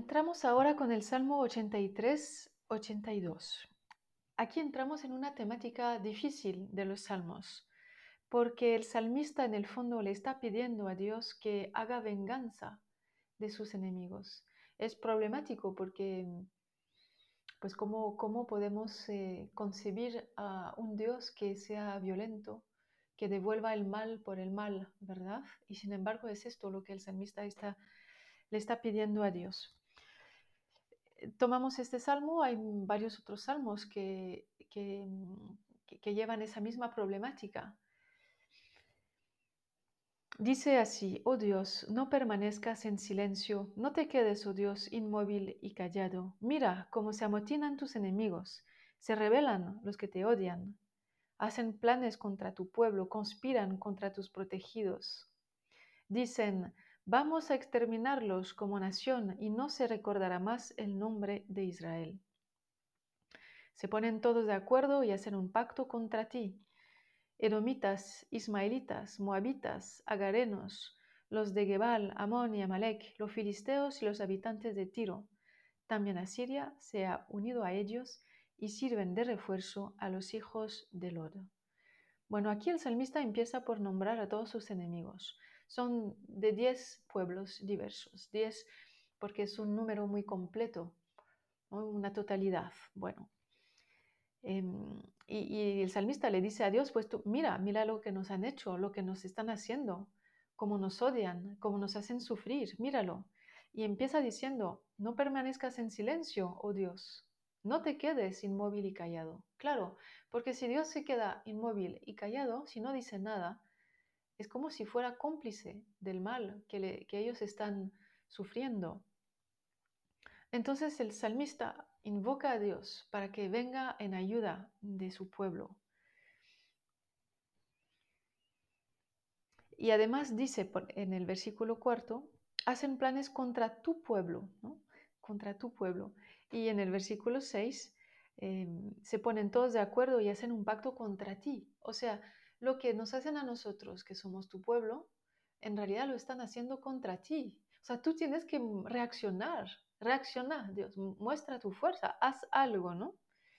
Entramos ahora con el Salmo 83-82. Aquí entramos en una temática difícil de los salmos, porque el salmista en el fondo le está pidiendo a Dios que haga venganza de sus enemigos. Es problemático porque, pues, ¿cómo podemos concebir a un Dios que sea violento, que devuelva el mal por el mal, ¿verdad? Y sin embargo es esto lo que el salmista le está pidiendo a Dios. Tomamos este salmo, hay varios otros salmos que llevan esa misma problemática. Dice así: oh Dios, no permanezcas en silencio, no te quedes, oh Dios, inmóvil y callado. Mira cómo se amotinan tus enemigos, se rebelan los que te odian, hacen planes contra tu pueblo, conspiran contra tus protegidos. Dicen: vamos a exterminarlos como nación y no se recordará más el nombre de Israel. Se ponen todos de acuerdo y hacen un pacto contra ti. Edomitas, ismaelitas, moabitas, agarenos, los de Gebal, Amón y Amalek, los filisteos y los habitantes de Tiro. También Asiria se ha unido a ellos y sirven de refuerzo a los hijos de Lod. Bueno, aquí el salmista empieza por nombrar a todos sus enemigos. Son de 10 pueblos diversos, 10 porque es un número muy completo, ¿no? Una totalidad. Bueno, y el salmista le dice a Dios, pues tú, mira lo que nos han hecho, lo que nos están haciendo, cómo nos odian, cómo nos hacen sufrir, míralo. Y empieza diciendo: no permanezcas en silencio, oh Dios, no te quedes inmóvil y callado. Claro, porque si Dios se queda inmóvil y callado, si no dice nada, es como si fuera cómplice del mal que ellos están sufriendo. Entonces el salmista invoca a Dios para que venga en ayuda de su pueblo. Y además dice en el versículo 4, hacen planes contra tu pueblo, ¿no? Contra tu pueblo. Y en el versículo 6, se ponen todos de acuerdo y hacen un pacto contra ti. O sea, lo que nos hacen a nosotros, que somos tu pueblo, en realidad lo están haciendo contra ti. O sea, tú tienes que reacciona, Dios, muestra tu fuerza, haz algo, ¿no?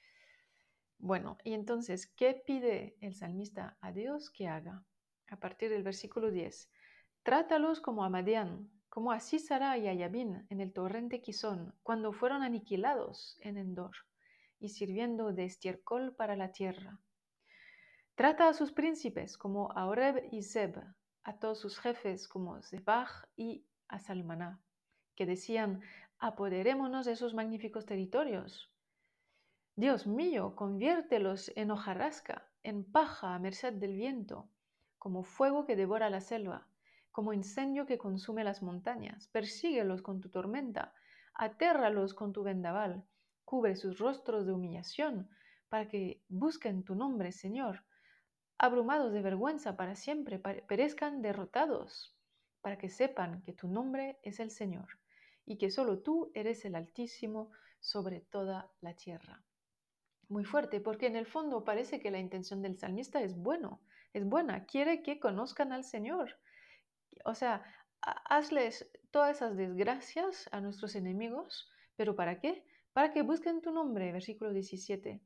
Bueno, y entonces, ¿qué pide el salmista a Dios que haga? A partir del versículo 10. Trátalos como a Madián, como a Sísara y a Yabín en el torrente Quizón, cuando fueron aniquilados en Endor, y sirviendo de estiércol para la tierra. Trata a sus príncipes como a Oreb y Zeb, a todos sus jefes como Zebaj y a Salmaná, que decían: apoderémonos de esos magníficos territorios. Dios mío, conviértelos en hojarasca, en paja a merced del viento, como fuego que devora la selva, como incendio que consume las montañas. Persíguelos con tu tormenta, atérralos con tu vendaval, cubre sus rostros de humillación, para que busquen tu nombre, Señor. Abrumados de vergüenza para siempre, perezcan derrotados, para que sepan que tu nombre es el Señor, y que solo tú eres el Altísimo sobre toda la tierra. Muy fuerte, porque en el fondo parece que la intención del salmista es buena, quiere que conozcan al Señor. O sea, hazles todas esas desgracias a nuestros enemigos, pero ¿para qué? Para que busquen tu nombre, versículo 17.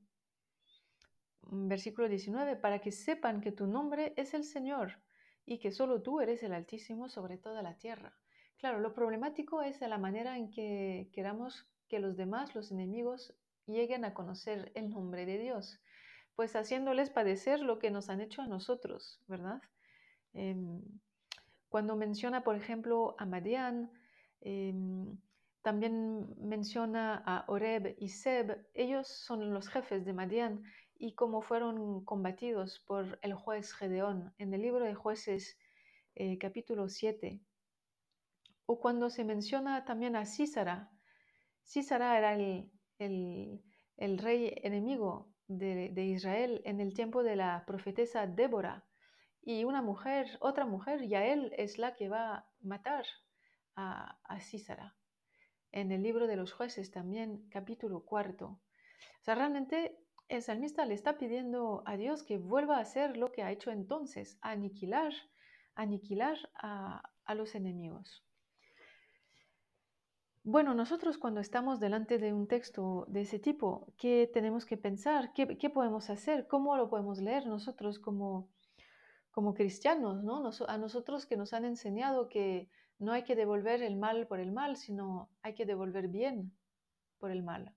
Versículo 19, para que sepan que tu nombre es el Señor y que solo tú eres el Altísimo sobre toda la tierra. Claro, lo problemático es de la manera en que queramos que los demás, los enemigos, lleguen a conocer el nombre de Dios, pues haciéndoles padecer lo que nos han hecho a nosotros, ¿verdad? Em, Cuando menciona, por ejemplo, a Madián, también menciona a Oreb y Seb. Ellos son los jefes de Madián y cómo fueron combatidos por el juez Gedeón en el libro de Jueces, capítulo 7. O cuando se menciona también a Sísara. Sísara era el rey enemigo de Israel en el tiempo de la profetesa Débora. Y una mujer, otra mujer, Yael, es la que va a matar a Sísara. En el libro de los jueces también, capítulo 4. O sea, realmente el salmista le está pidiendo a Dios que vuelva a hacer lo que ha hecho entonces, aniquilar a los enemigos. Bueno, nosotros cuando estamos delante de un texto de ese tipo, ¿qué tenemos que pensar? ¿Qué podemos hacer? ¿Cómo lo podemos leer nosotros como cristianos, ¿no? A nosotros que nos han enseñado que no hay que devolver el mal por el mal, sino hay que devolver bien por el mal.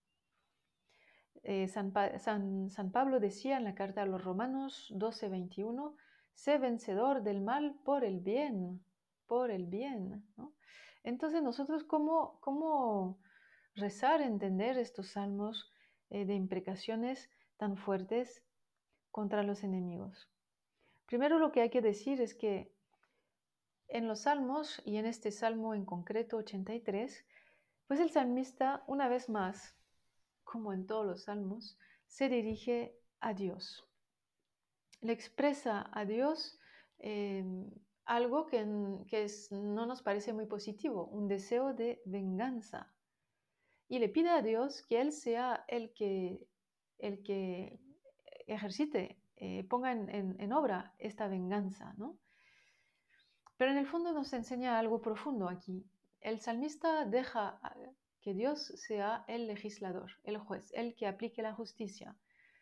San Pablo decía en la carta a los Romanos 12:21, sé vencedor del mal por el bien, ¿no? Entonces nosotros, ¿cómo rezar, entender estos salmos de imprecaciones tan fuertes contra los enemigos? Primero lo que hay que decir es que en los salmos, y en este salmo en concreto 83, pues el salmista, una vez más, como en todos los salmos, se dirige a Dios. Le expresa a Dios eh, algo no nos parece muy positivo, un deseo de venganza. Y le pide a Dios que Él sea el que ejercite, ponga en obra esta venganza, ¿no? Pero en el fondo nos enseña algo profundo aquí. El salmista deja que Dios sea el legislador, el juez, el que aplique la justicia.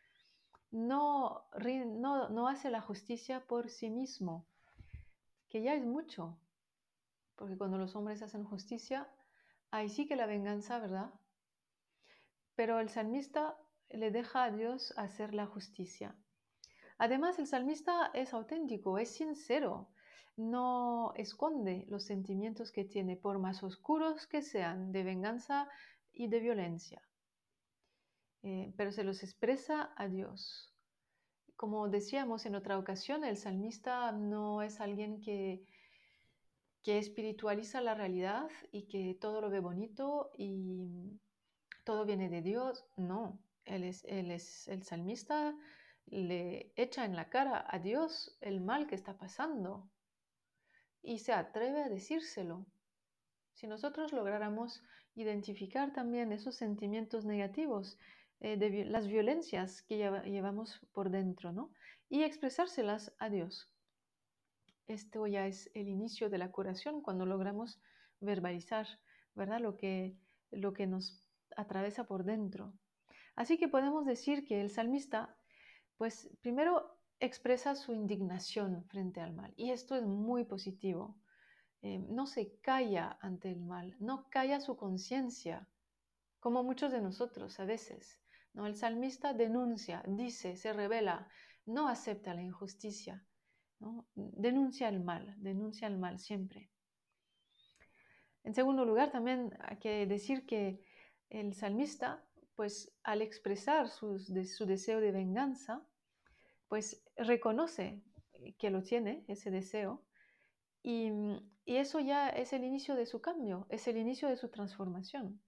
No hace la justicia por sí mismo, que ya es mucho, porque cuando los hombres hacen justicia, ahí sí que la venganza, ¿verdad? Pero el salmista le deja a Dios hacer la justicia. Además, el salmista es auténtico, es sincero, no esconde los sentimientos que tiene, por más oscuros que sean, de venganza y de violencia, pero se los expresa a Dios. Como decíamos en otra ocasión, el salmista no es alguien que espiritualiza la realidad y que todo lo ve bonito y todo viene de Dios. No, el salmista le echa en la cara a Dios el mal que está pasando y se atreve a decírselo. Si nosotros lográramos identificar también esos sentimientos negativos, las violencias que llevamos por dentro, ¿no? Y expresárselas a Dios. Esto ya es el inicio de la curación cuando logramos verbalizar, ¿verdad? Lo que nos atraviesa por dentro. Así que podemos decir que el salmista, pues primero expresa su indignación frente al mal. Y esto es muy positivo. No se calla ante el mal, no calla su conciencia, como muchos de nosotros a veces. ¿No? El salmista denuncia, dice, se revela, no acepta la injusticia, ¿no? Denuncia el mal siempre. En segundo lugar, también hay que decir que el salmista, pues al expresar su deseo de venganza, pues reconoce que lo tiene, ese deseo, y, y eso ya es el inicio de su cambio, es el inicio de su transformación.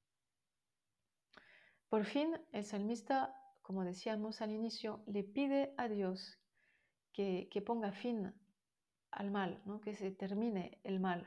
Por fin, el salmista, como decíamos al inicio, le pide a Dios que ponga fin al mal, ¿no? Que se termine el mal.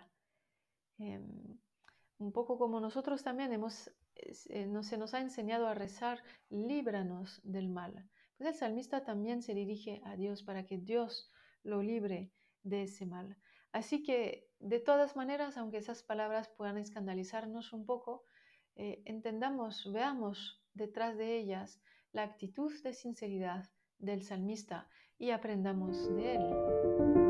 Un poco como nosotros también se nos ha enseñado a rezar, líbranos del mal. Pues el salmista también se dirige a Dios para que Dios lo libre de ese mal. Así que, de todas maneras, aunque esas palabras puedan escandalizarnos un poco, entendamos, veamos detrás de ellas la actitud de sinceridad del salmista y aprendamos de él.